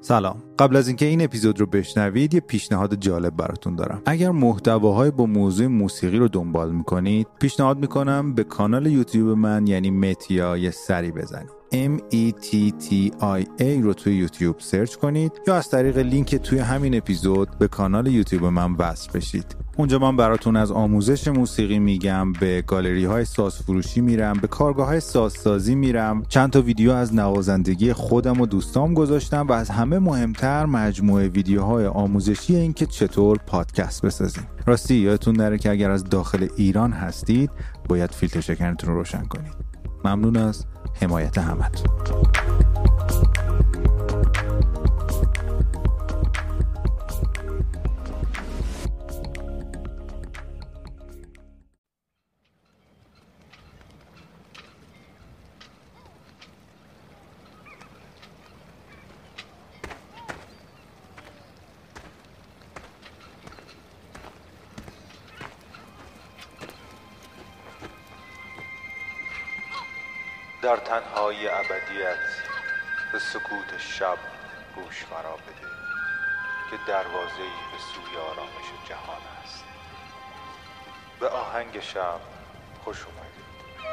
سلام. قبل از اینکه این اپیزود رو بشنوید یه پیشنهاد جالب براتون دارم. اگر محتواهای با موضوع موسیقی رو دنبال میکنید، پیشنهاد میکنم به کانال یوتیوب من یعنی متیا یه سری بزنید. METTIA رو توی یوتیوب سرچ کنید یا از طریق لینک توی همین اپیزود به کانال یوتیوب من وصل بشید. اونجا من براتون از آموزش موسیقی میگم، به گالری های سازفروشی میرم، به کارگاه های سازسازی میرم، چند تا ویدیو از نوازندگی خودم و دوستام گذاشتم و از همه مهمتر مجموعه ویدیوهای آموزشی این که چطور پادکست بسازیم. راستی یادتون نره که اگر از داخل ایران هستید باید فیلتر شکنتون رو روشن کنید. ممنون از حمایت همتون. در تنهایی ابدیت به سکوت شب گوش فرا بده که دروازه‌ای به سوی آرامش جهان است. به آهنگ شب خوش اومدید.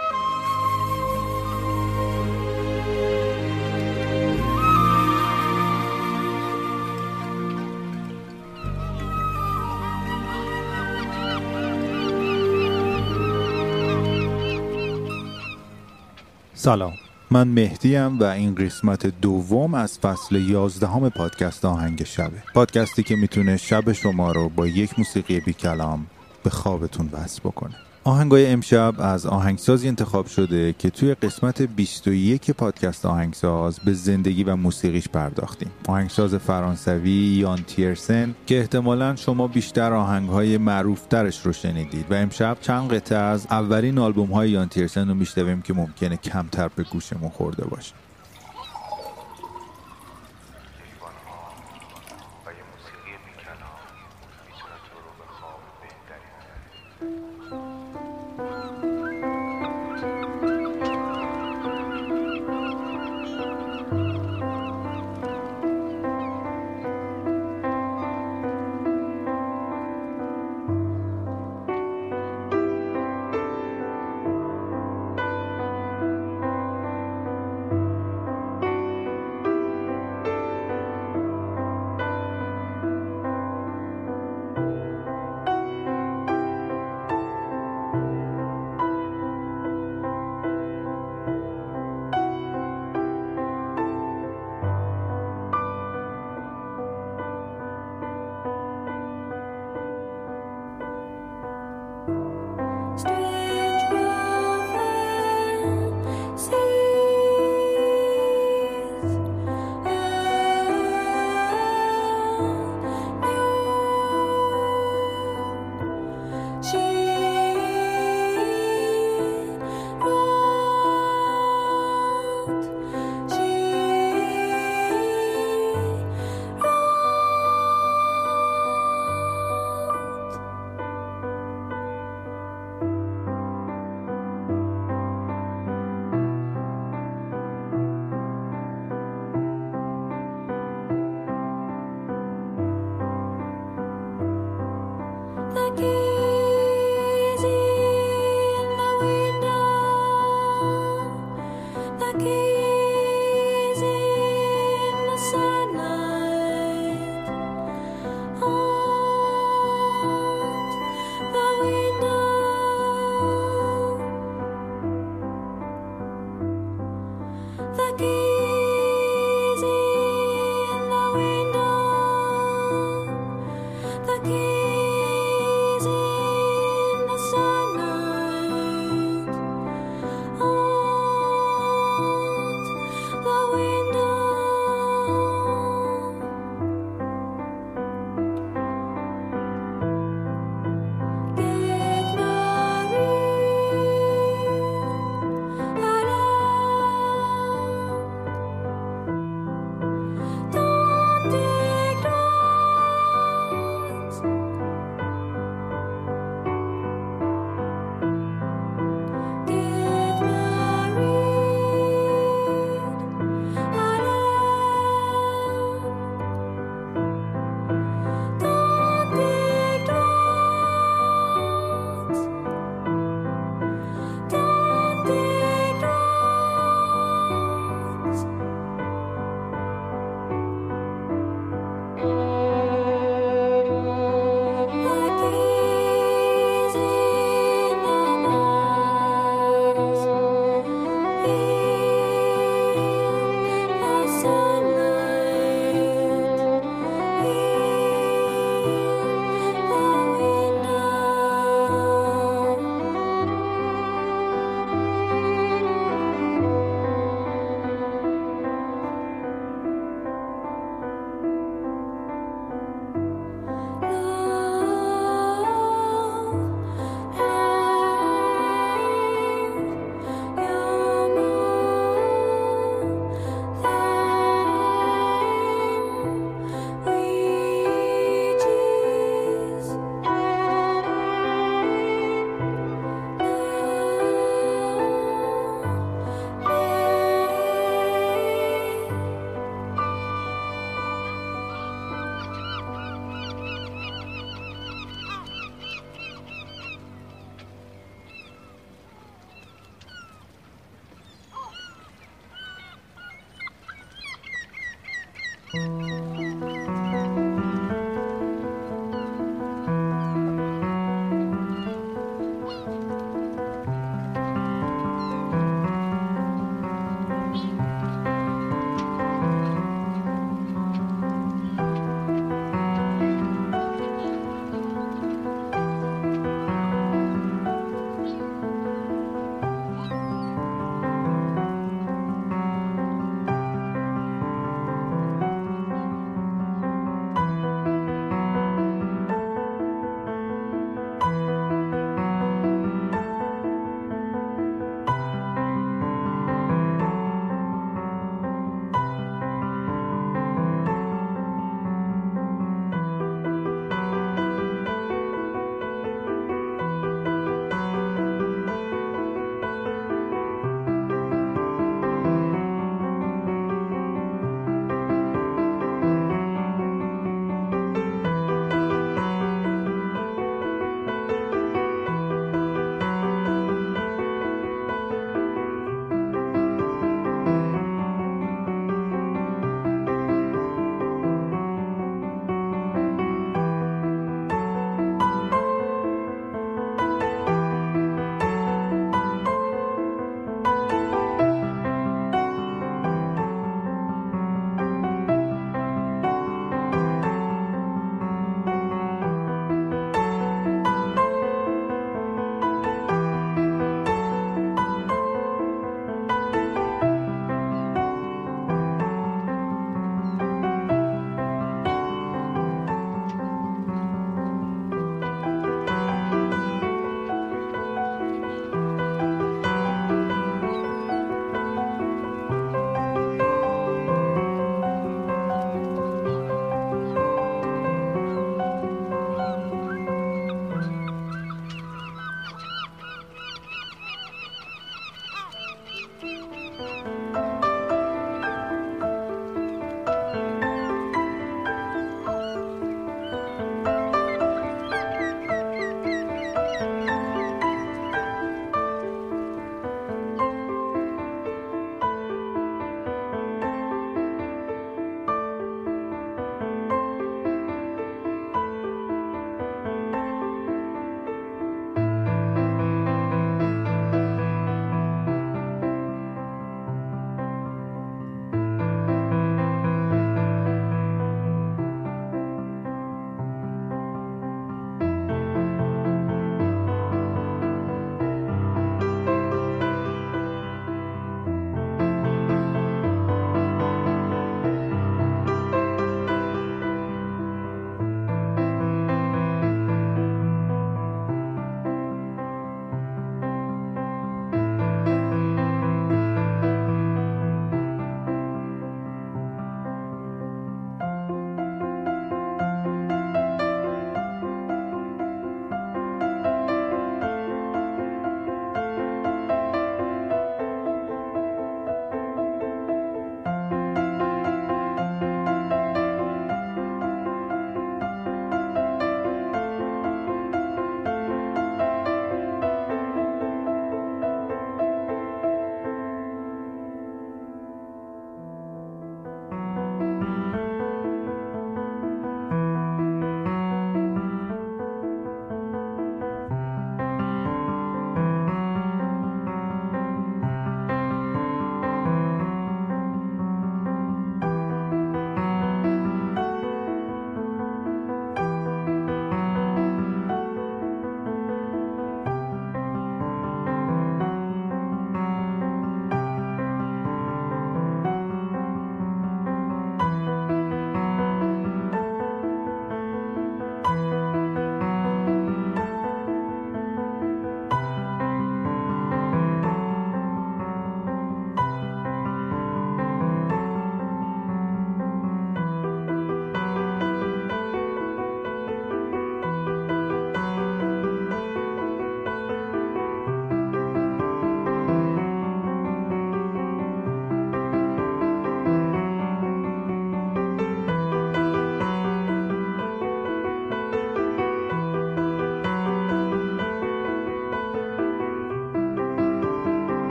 سلام، من مهدیم و این قسمت دوم از فصل 11 پادکست آهنگ شبه. پادکستی که میتونه شب شما رو با یک موسیقی بی کلام به خوابتون وصل بکنه. آهنگای امشب از آهنگسازی انتخاب شده که توی قسمت 21 پادکست آهنگساز به زندگی و موسیقیش پرداختیم. آهنگساز فرانسوی یان تیرسن که احتمالاً شما بیشتر آهنگهای معروفترش رو شنیدید و امشب چند قطعه از اولین آلبوم‌های یان تیرسن رو میشنویم که ممکنه کمتر به گوشمون خورده باشه.